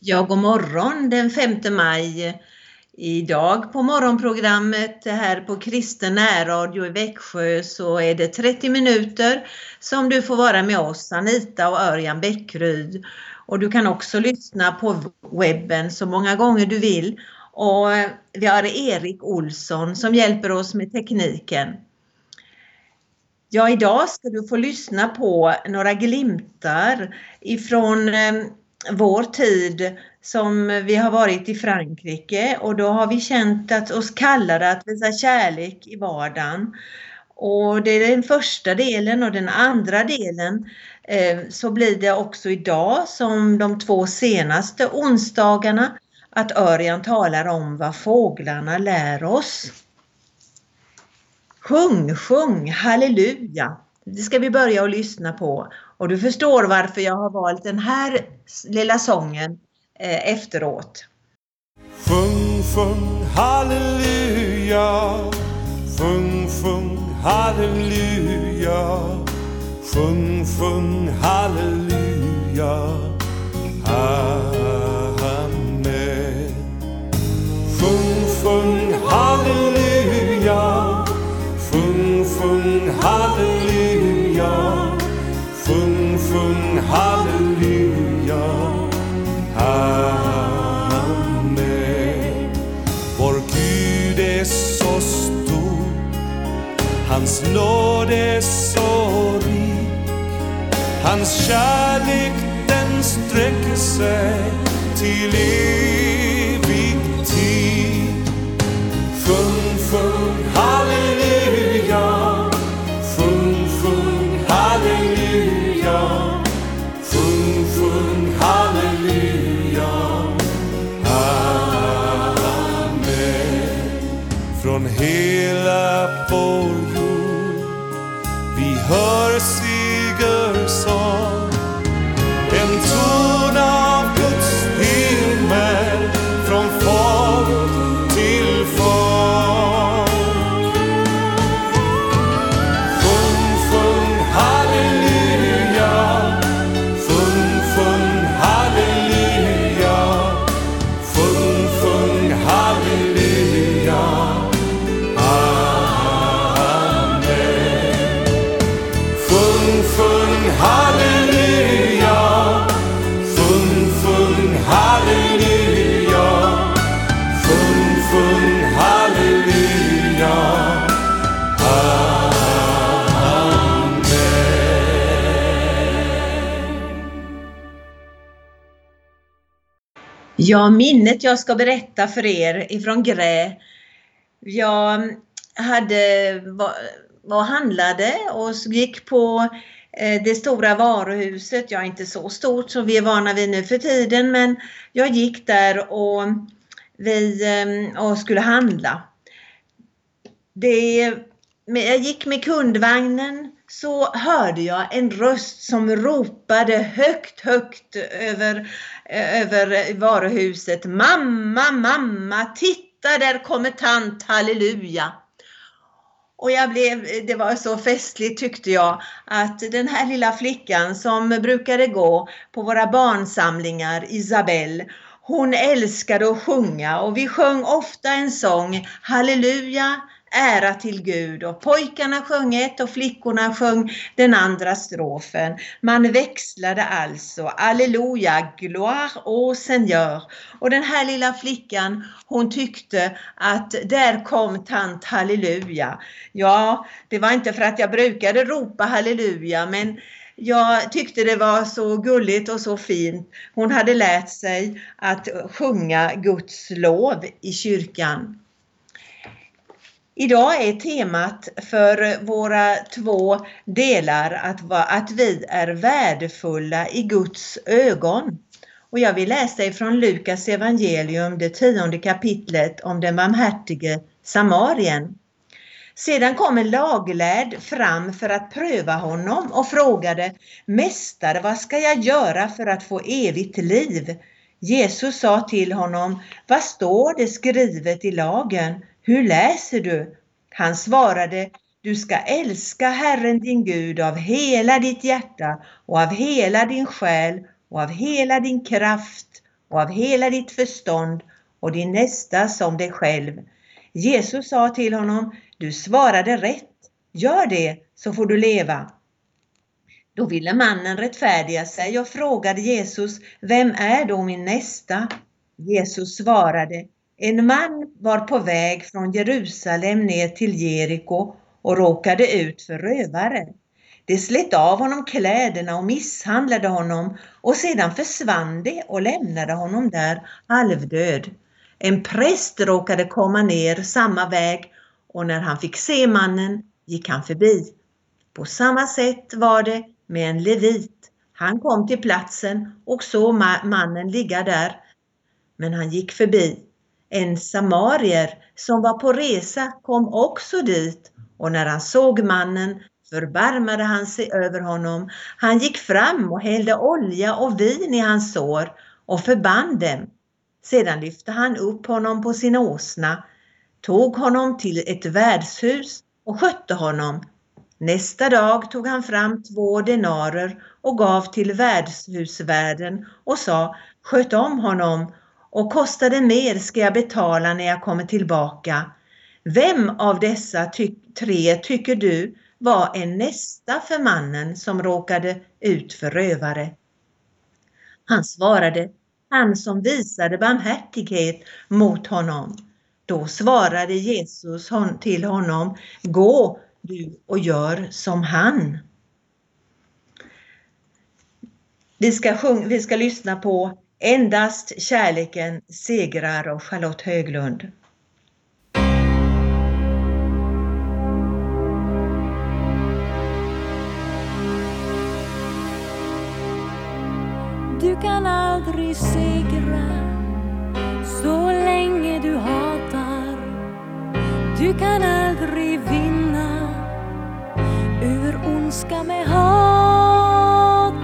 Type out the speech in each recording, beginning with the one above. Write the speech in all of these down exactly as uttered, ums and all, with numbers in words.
Ja, god morgon den femte maj. Idag på morgonprogrammet här på Kristen närradio i Växjö så är det trettio minuter som du får vara med oss, Anita och Örjan Bäckryd. Och du kan också lyssna på webben så många gånger du vill. Och vi har Erik Olsson som hjälper oss med tekniken. Ja, idag ska du få lyssna på några glimtar ifrån vår tid som vi har varit i Frankrike, och då har vi känt att oss kallade att visa kärlek i vardagen. Och det är den första delen, och den andra delen eh, så blir det också idag som de två senaste onsdagarna att Örjan talar om vad fåglarna lär oss. Sjung, sjung, halleluja. Det ska vi börja att lyssna på. Och du förstår varför jag har valt den här lilla sången eh, efteråt. Sjung, sjung, halleluja. Sjung, sjung, halleluja. Sjung, sjung, halleluja. Amen. Sjung, sjung, halleluja. Sjung, sjung, halleluja. Sjung, sjung, halleluja. Amen. Vår Gud är så stor, hans nåd är så rik, hans kärlek den sträcker sig till evig tid. Sjung, sjung, halleluja. Sjung, sjung, halleluja. Sjung, sjung, halleluja. Amen. Från hela vår jord vi hör segersång, en ton av Guds himmel från folk till folk. Sjung, sjung, halleluja. Sjung, sjung, halleluja. Sjung, sjung, halleluja. Amen. Sjung, sjung, halleluja. Sjung, sjung, halleluja. Sjung, sjung, halleluja. Ja, minnet jag ska berätta för er ifrån Grä. Jag hade, var, var handlade och gick på eh, det stora varuhuset. Jag är inte så stort som vi är vana vid nu för tiden, men jag gick där och, vi, eh, och skulle handla. Det, jag gick med kundvagnen, så hörde jag en röst som ropade högt, högt över, över varuhuset. Mamma, mamma, titta där kommer tant, halleluja. Och jag blev, det var så festligt tyckte jag, att den här lilla flickan som brukade gå på våra barnsamlingar, Isabelle, hon älskade att sjunga, och vi sjöng ofta en sång, halleluja, ära till Gud, och pojkarna sjöng ett och flickorna sjöng den andra strofen. Man växlade alltså, alleluja, gloire au Seigneur. Och den här lilla flickan, hon tyckte att där kom tant halleluja. Ja, det var inte för att jag brukade ropa halleluja, men jag tyckte det var så gulligt och så fint. Hon hade lärt sig att sjunga Guds lov i kyrkan. Idag är temat för våra två delar att, att vi är värdefulla i Guds ögon. Och jag vill läsa ifrån Lukas evangelium, det tionde kapitlet om den barmhärtige Samarien. Sedan kom en laglärd fram för att pröva honom och frågade: Mästare, vad ska jag göra för att få evigt liv? Jesus sa till honom: Vad står det skrivet i lagen? Hur läser du? Han svarade: Du ska älska Herren din Gud av hela ditt hjärta och av hela din själ och av hela din kraft och av hela ditt förstånd och din nästa som dig själv. Jesus sa till honom, du svarade rätt. Gör det så får du leva. Då ville mannen rättfärdiga sig och frågade Jesus, vem är då min nästa? Jesus svarade, en man var på väg från Jerusalem ner till Jeriko och råkade ut för rövare. De slet av honom kläderna och misshandlade honom och sedan försvann de och lämnade honom där halvdöd. En präst råkade komma ner samma väg och när han fick se mannen gick han förbi. På samma sätt var det med en levit. Han kom till platsen och såg mannen ligga där, men han gick förbi. En samarier som var på resa kom också dit och när han såg mannen förbarmade han sig över honom. Han gick fram och hällde olja och vin i hans sår och förband dem. Sedan lyfte han upp honom på sin åsna, tog honom till ett värdshus och skötte honom. Nästa dag tog han fram två denarer och gav till värdshusvärden och sa, sköt om honom och kostade mer ska jag betala när jag kommer tillbaka. Vem av dessa ty- tre tycker du var en nästa för mannen som råkade ut för rövare? Han svarade, han som visade barmhärtighet mot honom. Då svarade Jesus till honom, gå du och gör som han. Vi ska, sjung, vi ska lyssna på Endast kärleken segrar av Charlotte Höglund. Du kan aldrig segra så länge du hatar. Du kan aldrig vinna över ondska med hat.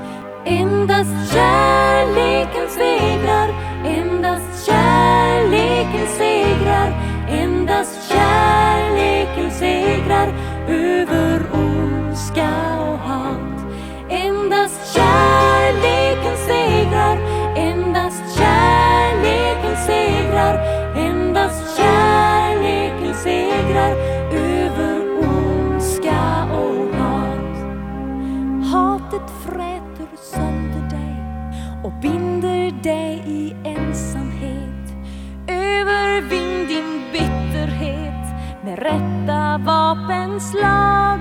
Endast kärleken segrar, endast kärleken segrar, endast kärleken segrar över ondska och hat. Endast kärleken segrar, endast kärleken segrar, endast kärleken segrar över ondska och hat. Hatet fräter sönder dig och binder dig i ensamhet. Övervinn din bitterhet med rätta vapenslag.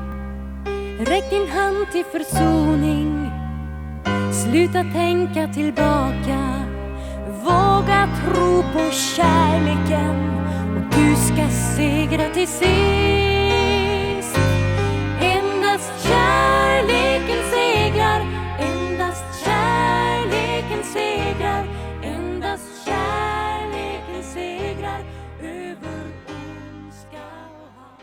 Räck din hand till försoning, sluta tänka tillbaka. Våga tro på kärleken och du ska segra till sist. Endast kärleken segrar, endast kärleken segrar, endast kärleken segrar över ondska och hat.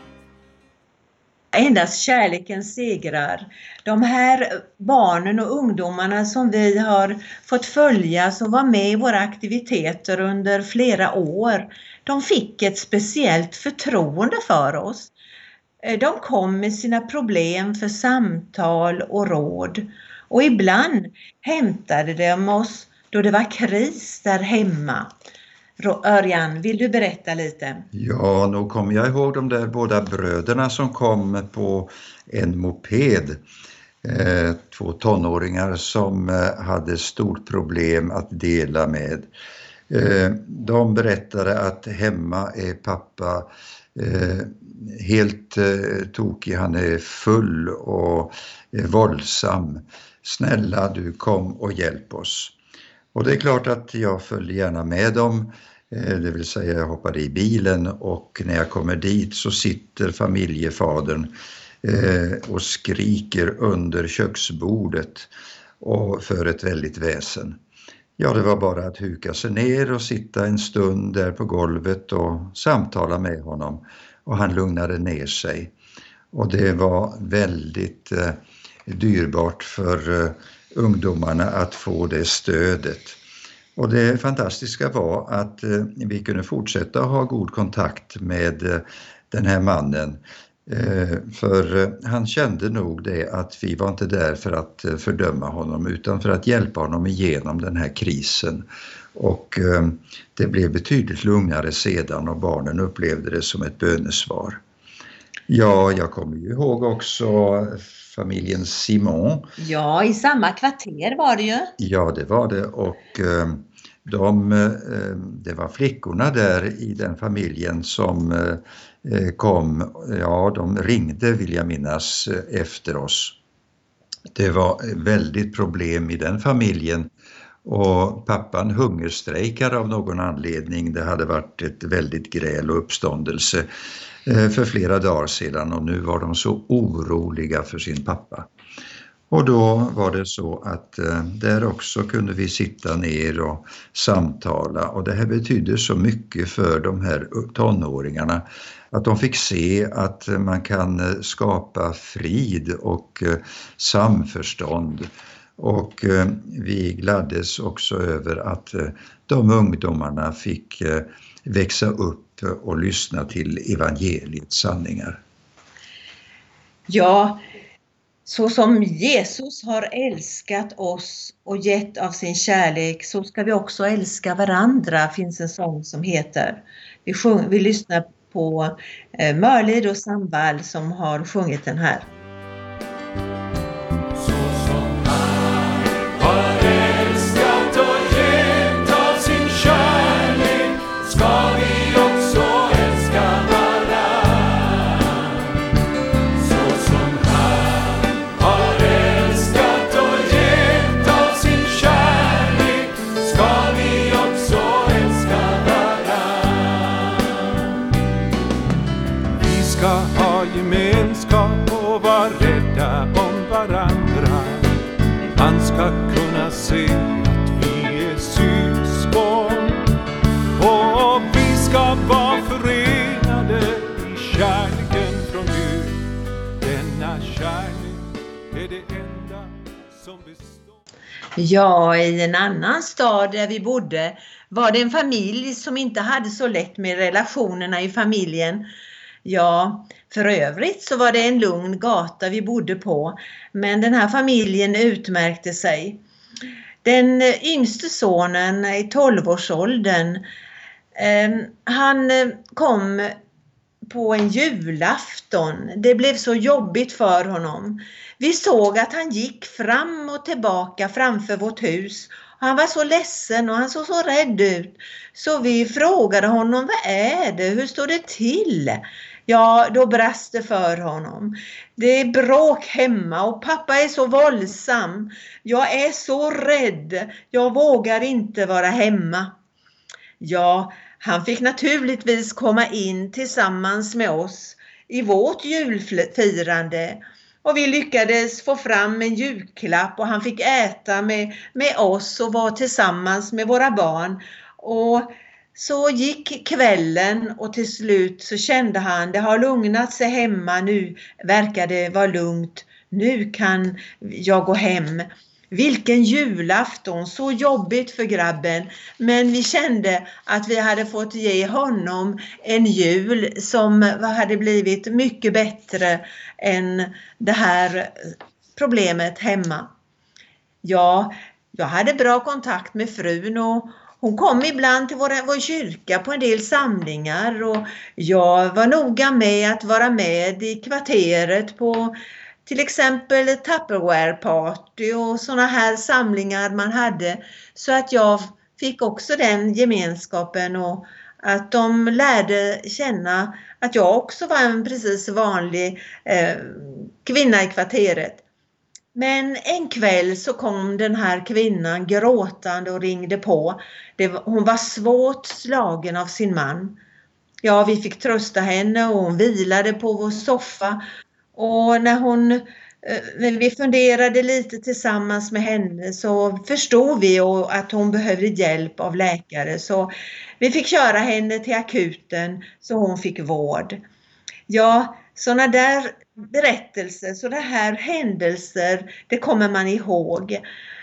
Endast kärleken segrar. De här barnen och ungdomarna som vi har fått följa, som var med i våra aktiviteter under flera år, de fick ett speciellt förtroende för oss. De kom med sina problem för samtal och råd. Och ibland hämtade de oss då det var kris där hemma. Örjan, vill du berätta lite? Ja, nog kommer jag ihåg de där båda bröderna som kom på en moped. Eh, två tonåringar som eh, hade stort problem att dela med. Eh, de berättade att hemma är pappa eh, helt eh, tokig, han är full och eh, våldsam. Snälla, du kom och hjälp oss. Och det är klart att jag följde gärna med dem, det vill säga jag hoppade i bilen och när jag kommer dit så sitter familjefadern och skriker under köksbordet och för ett väldigt väsen. Ja, det var bara att huka sig ner och sitta en stund där på golvet och samtala med honom och han lugnade ner sig. Och det var väldigt eh, dyrbart för eh, ungdomarna att få det stödet. Och det fantastiska var att eh, vi kunde fortsätta ha god kontakt med eh, den här mannen. För han kände nog det att vi var inte där för att fördöma honom utan för att hjälpa honom igenom den här krisen. Och det blev betydligt lugnare sedan och barnen upplevde det som ett bönesvar. Ja, jag kommer ju ihåg också familjen Simon. Ja, i samma kvarter var det ju. Ja, det var det. Och de, det var flickorna där i den familjen som kom, ja, de ringde vill jag minnas efter oss. Det var väldigt problem i den familjen och pappan hungerstrejkade av någon anledning. Det hade varit ett väldigt gräl och uppståndelse för flera dagar sedan och nu var de så oroliga för sin pappa. Och då var det så att eh, där också kunde vi sitta ner och samtala och det här betydde så mycket för de här tonåringarna att de fick se att man kan skapa frid och eh, samförstånd. Och eh, vi gladdes också över att eh, de ungdomarna fick eh, växa upp och lyssna till evangeliets sanningar. Ja, så som Jesus har älskat oss och gett av sin kärlek så ska vi också älska varandra, finns en sång som heter. Vi, sjung, vi lyssnar på eh, Mörlid och Sambal som har sjungit den här. Man ska kunna se att vi är syskon och vi ska vara förenade i kärleken från Gud. Denna kärlek är det enda som består. Ja, i en annan stad där vi bodde var det en familj som inte hade så lätt med relationerna i familjen. Ja, för övrigt så var det en lugn gata vi bodde på, men den här familjen utmärkte sig. Den yngste sonen i tolvårsåldern, eh, han kom på en julafton. Det blev så jobbigt för honom. Vi såg att han gick fram och tillbaka framför vårt hus. Han var så ledsen och han såg så rädd ut. Så vi frågade honom, vad är det? Hur står det till? Ja, då brast det för honom. Det är bråk hemma och pappa är så våldsam. Jag är så rädd. Jag vågar inte vara hemma. Ja, han fick naturligtvis komma in tillsammans med oss i vårt julfirande. Och vi lyckades få fram en julklapp och han fick äta med, med oss och vara tillsammans med våra barn. Och så gick kvällen och till slut så kände han, det har lugnat sig hemma, nu verkar det vara lugnt, nu kan jag gå hem. Vilken julafton, så jobbigt för grabben, men vi kände att vi hade fått ge honom en jul som hade blivit mycket bättre än det här problemet hemma. Ja, jag hade bra kontakt med frun och hon kom ibland till vår, vår kyrka på en del samlingar och jag var noga med att vara med i kvarteret på till exempel Tupperware party och såna här samlingar man hade, så att jag fick också den gemenskapen och att de lärde känna att jag också var en precis vanlig eh, kvinna i kvarteret. Men en kväll så kom den här kvinnan gråtande och ringde på. Det var, hon var svårt slagen av sin man. Ja, vi fick trösta henne och hon vilade på vår soffa. Och när hon, vi funderade lite tillsammans med henne så förstod vi att hon behövde hjälp av läkare. Så vi fick köra henne till akuten så hon fick vård. Ja, sådana där berättelser, sådana här händelser, det kommer man ihåg.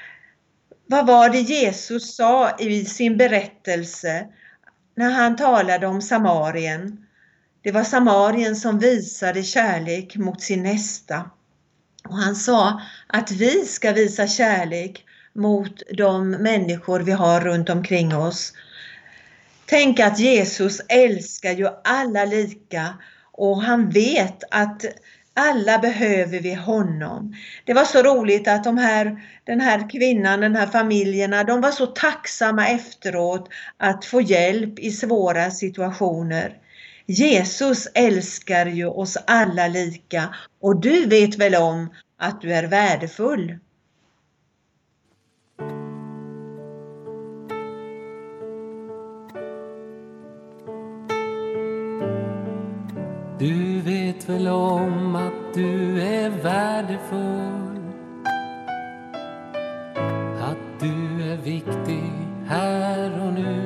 Vad var det Jesus sa i sin berättelse när han talade om Samarien? Det var samarien som visade kärlek mot sin nästa. Och han sa att vi ska visa kärlek mot de människor vi har runt omkring oss. Tänk att Jesus älskar ju alla lika och han vet att alla behöver vi honom. Det var så roligt att de här, den här kvinnan, den här familjerna, de var så tacksamma efteråt att få hjälp i svåra situationer. Jesus älskar ju oss alla lika och du vet väl om att du är värdefull. Du vet väl om att du är värdefull, att du är viktig här och nu,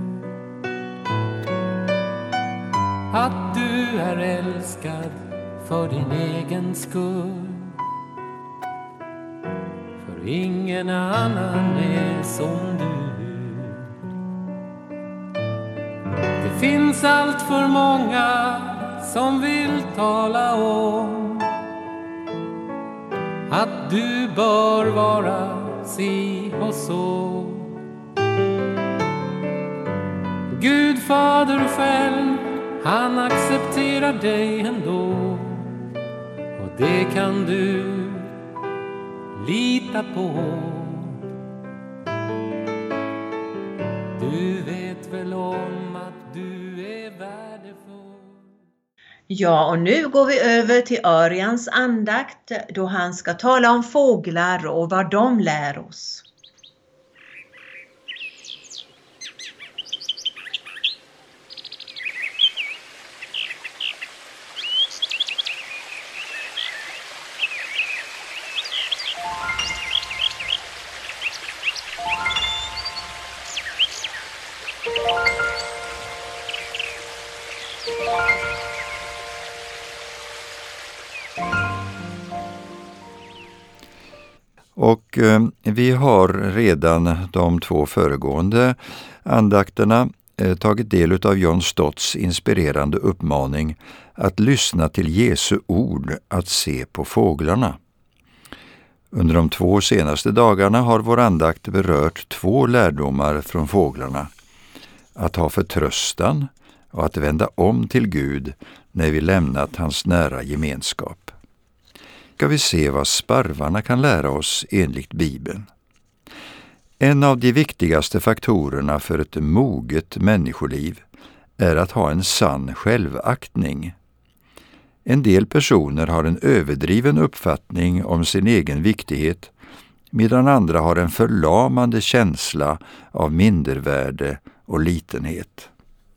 att du är älskad för din egen skull, för ingen annan är som du. Det finns allt för många som vill tala om att du bör vara si och så. Gud fader själv, han accepterar dig ändå, och det kan du lita på. Du vet väl om att du är värdefull. Ja, och nu går vi över till Örjans andakt då han ska tala om fåglar och vad de lär oss. Och eh, vi har redan de två föregående andakterna eh, tagit del av John Stotts inspirerande uppmaning att lyssna till Jesu ord, att se på fåglarna. Under de två senaste dagarna har vår andakt berört två lärdomar från fåglarna. Att ha förtröstan och att vända om till Gud när vi lämnat hans nära gemenskap. Ska vi se vad sparvarna kan lära oss enligt Bibeln. En av de viktigaste faktorerna för ett moget människoliv är att ha en sann självaktning. En del personer har en överdriven uppfattning om sin egen viktighet, medan andra har en förlamande känsla av mindervärde och litenhet.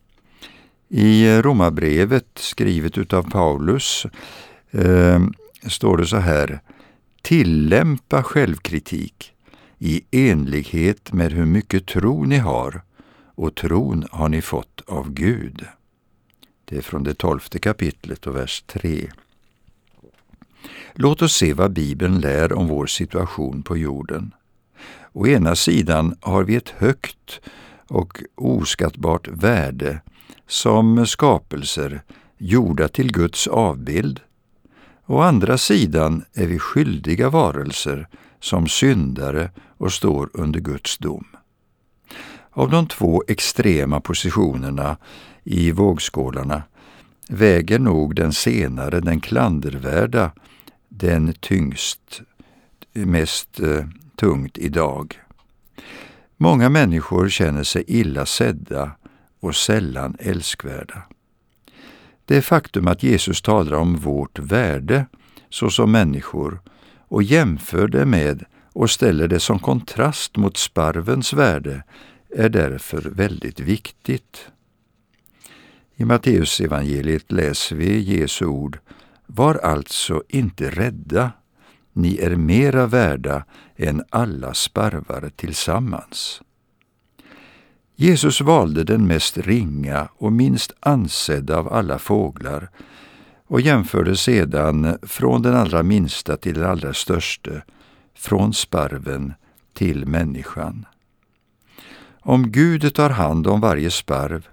I Romarbrevet, skrivet utav Paulus, eh, står det så här: tillämpa självkritik i enlighet med hur mycket tro ni har, och tron har ni fått av Gud. Det är från det tolfte kapitlet och vers tre. Låt oss se vad Bibeln lär om vår situation på jorden. Å ena sidan har vi ett högt och oskattbart värde som skapelser gjorda till Guds avbild. Å andra sidan är vi skyldiga varelser som syndare och står under Guds dom. Av de två extrema positionerna i vågskålarna väger nog den senare, den klandervärda, den tyngst, mest eh, tungt idag. Många människor känner sig illa sedda och sällan älskvärda. Det faktum att Jesus talar om vårt värde såsom människor och jämför det med och ställer det som kontrast mot sparvens värde är därför väldigt viktigt. I Matteus evangeliet läser vi Jesu ord: var alltså inte rädda, ni är mera värda än alla sparvar tillsammans. Jesus valde den mest ringa och minst ansedda av alla fåglar och jämförde sedan från den allra minsta till den allra största, från sparven till människan. Om Gud tar hand om varje sparv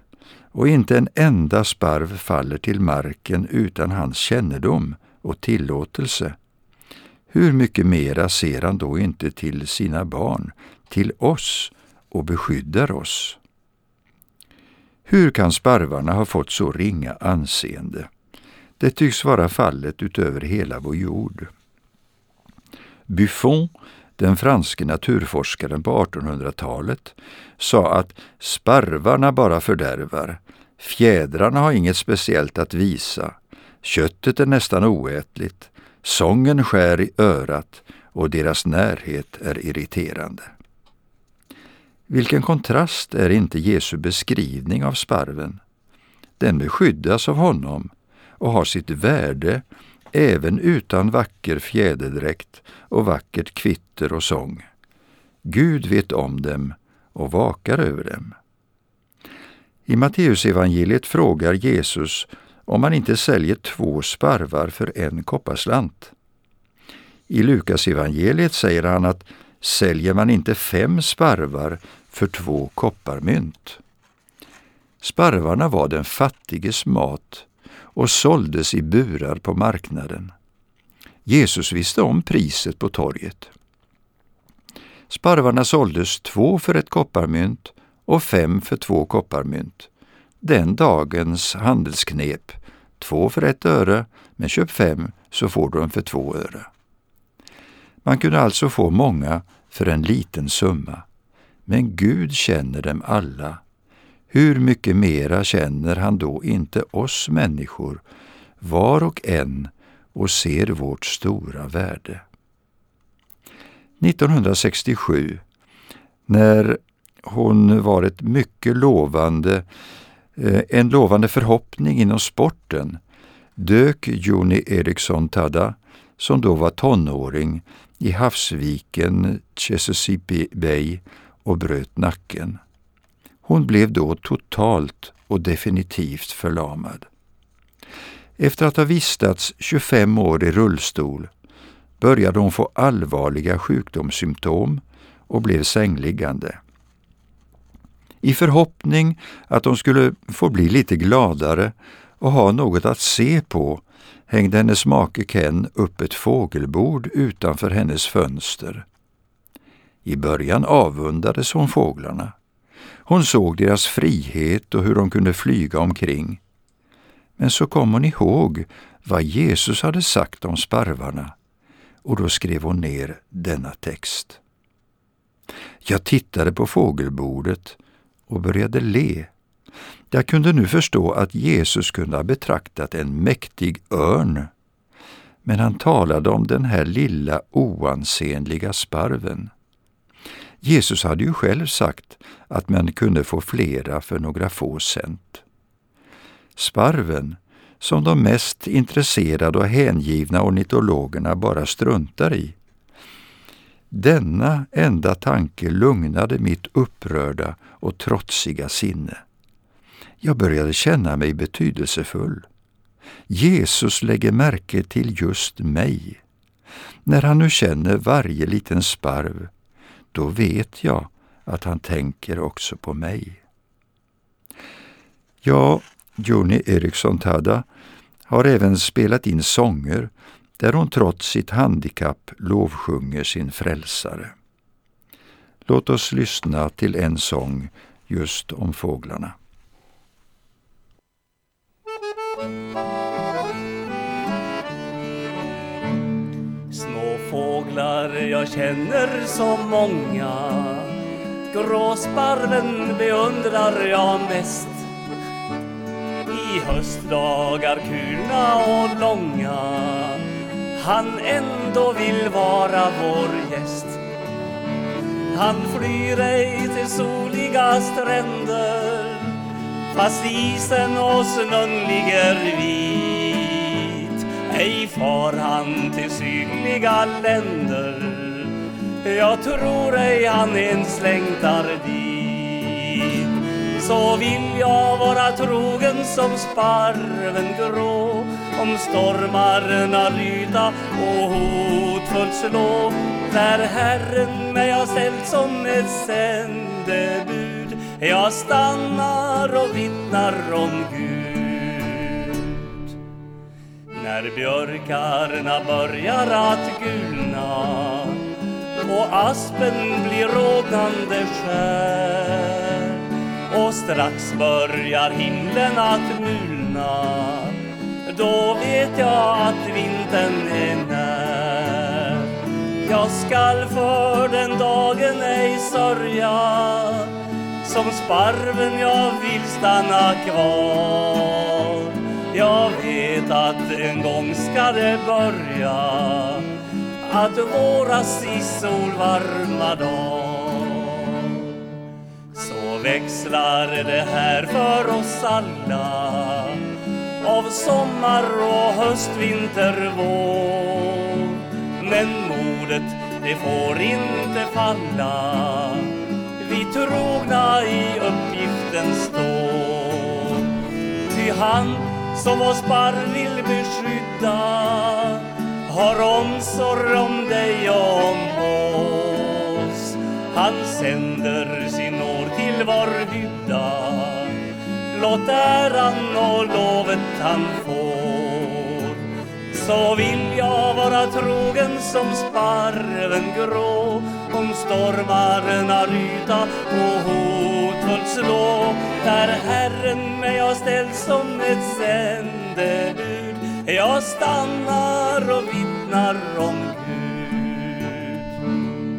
och inte en enda sparv faller till marken utan hans kännedom och tillåtelse. Hur mycket mera ser han då inte till sina barn, till oss, och beskyddar oss? Hur kan sparvarna ha fått så ringa anseende? Det tycks vara fallet utöver hela vår jord. Buffon, den franske naturforskaren på artonhundratalet, sa att sparvarna bara fördärvar, fjädrarna har inget speciellt att visa, köttet är nästan oätligt, sången skär i örat och deras närhet är irriterande. Vilken kontrast är inte Jesu beskrivning av sparven? Den beskyddas av honom och har sitt värde även utan vacker fjäderdräkt och vackert kvitter och sång. Gud vet om dem och vakar över dem. I Matteusevangeliet frågar Jesus om man inte säljer två sparvar för en kopparslant. I Lukasevangeliet säger han att säljer man inte fem sparvar för två kopparmynt. Sparvarna var den fattiges mat och såldes i burar på marknaden. Jesus visste om priset på torget. Sparvarna såldes två för ett kopparmynt och fem för två kopparmynt. Den dagens handelsknep, två för ett öre, men köp fem så får du en för två öre. Man kunde alltså få många för en liten summa, men Gud känner dem alla. Hur mycket mera känner han då inte oss människor, var och en, och ser vårt stora värde? nittonhundrasextiosju, när hon var ett mycket lovande, en lovande förhoppning inom sporten, dök Joni Eareckson Tada, som då var tonåring, i havsviken Chesapeake Bay och bröt nacken. Hon blev då totalt och definitivt förlamad. Efter att ha vistats tjugofem år i rullstol började hon få allvarliga sjukdomssymptom och blev sängliggande. I förhoppning att hon skulle få bli lite gladare och ha något att se på hängde hennes make Ken upp ett fågelbord utanför hennes fönster. I början avundades hon fåglarna. Hon såg deras frihet och hur de kunde flyga omkring. Men så kom hon ihåg vad Jesus hade sagt om sparvarna, och då skrev hon ner denna text. Jag tittade på fågelbordet och började le. Jag kunde nu förstå att Jesus kunde ha betraktat en mäktig örn, men han talade om den här lilla oansenliga sparven. Jesus hade ju själv sagt att man kunde få flera för några få cent. Sparven, som de mest intresserade och hängivna ornitologerna bara struntar i. Denna enda tanke lugnade mitt upprörda och trotsiga sinne. Jag började känna mig betydelsefull. Jesus lägger märke till just mig. När han nu känner varje liten sparv, då vet jag att han tänker också på mig. Ja, Joni Eareckson Tada har även spelat in sånger där hon trots sitt handikapp lovsjunger sin frälsare. Låt oss lyssna till en sång just om fåglarna. Små fåglar jag känner så många, gråsparven beundrar jag mest. I höstdagar kulna och långa, han ändå vill vara vår gäst. Han flyr ej till soliga stränder, fast isen och snön ligger vit. Ej far han till sydliga länder, jag tror ej han ens längtar dit. Så vill jag vara trogen som sparven grå, om stormarna ryta och hotfullt slå. Där Herren mig har ställt som ett sändebud, Jag stannar och vittnar om Gud. När björkarna börjar att gulna och aspen blir rodnande skär och strax börjar himlen att mulna, då vet jag att vintern är när. Jag skall för den dagen ej sörja, som sparven jag vill stanna kvar. Jag vet att en gång ska det börja att våras i solvarma dag. Så växlar det här för oss alla av sommar och höst, vinter, vår. Men modet, det får inte falla, vi trogna i uppgiften står. Ty han som oss bara vill beskydda har omsorg om dig och om oss. Han sänder sin nåd till vår hydda, låt äran och lovet han får. Så vill jag vara trogen som sparven grå, om stormarna ryta och hotfullt slå. Där Herren mig har ställt som ett sändebud, jag stannar och vittnar om Gud.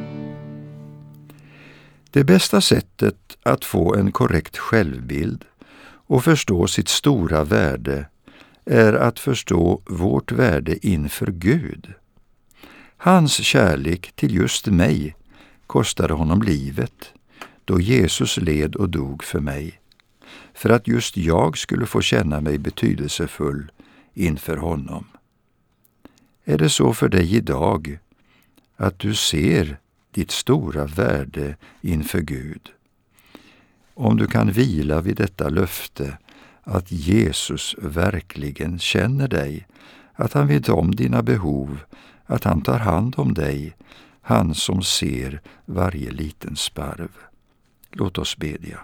Det bästa sättet att få en korrekt självbild och förstå sitt stora värde är att förstå vårt värde inför Gud. Hans kärlek till just mig kostade honom livet, då Jesus led och dog för mig, för att just jag skulle få känna mig betydelsefull inför honom. Är det så för dig idag att du ser ditt stora värde inför Gud? Om du kan vila vid detta löfte att Jesus verkligen känner dig, att han vet om dina behov, att han tar hand om dig, han som ser varje liten sparv. Låt oss bedja.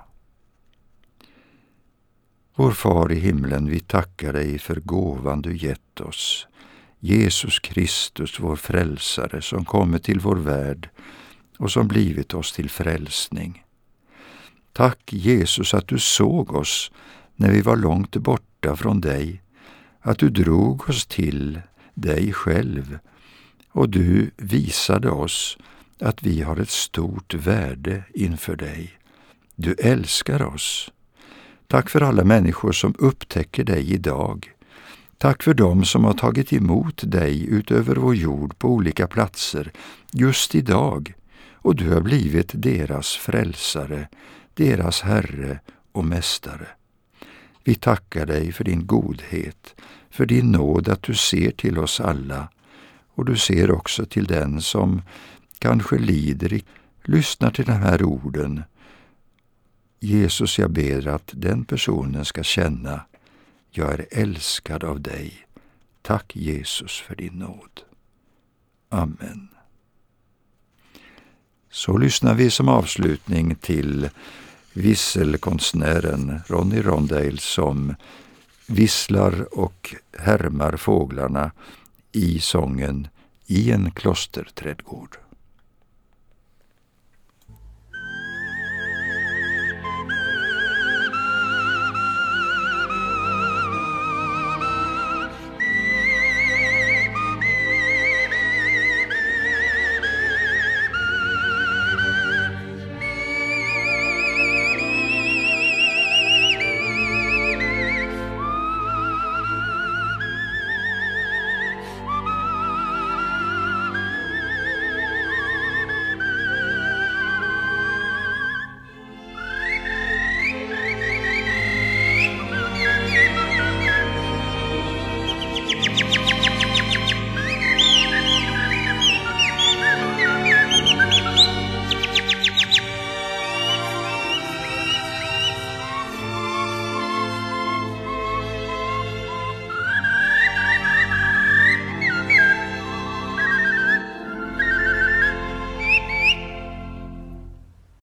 Vår far i himlen, vi tackar dig för gåvan du gett oss, Jesus Kristus, vår frälsare, som kommit till vår värld och som blivit oss till frälsning. Tack Jesus att du såg oss när vi var långt borta från dig, att du drog oss till dig själv och du visade oss att vi har ett stort värde inför dig. Du älskar oss. Tack för alla människor som upptäcker dig idag. Tack för dem som har tagit emot dig utöver vår jord på olika platser just idag, och du har blivit deras frälsare, deras Herre och Mästare. Vi tackar dig för din godhet, för din nåd att du ser till oss alla, och du ser också till den som kanske lider. Lyssna till de här orden. Jesus, jag ber att den personen ska känna: jag är älskad av dig. Tack Jesus för din nåd. Amen. Så lyssnar vi som avslutning till visselkonstnären Ronny Rondale som visslar och härmar fåglarna i sången I en klosterträdgård.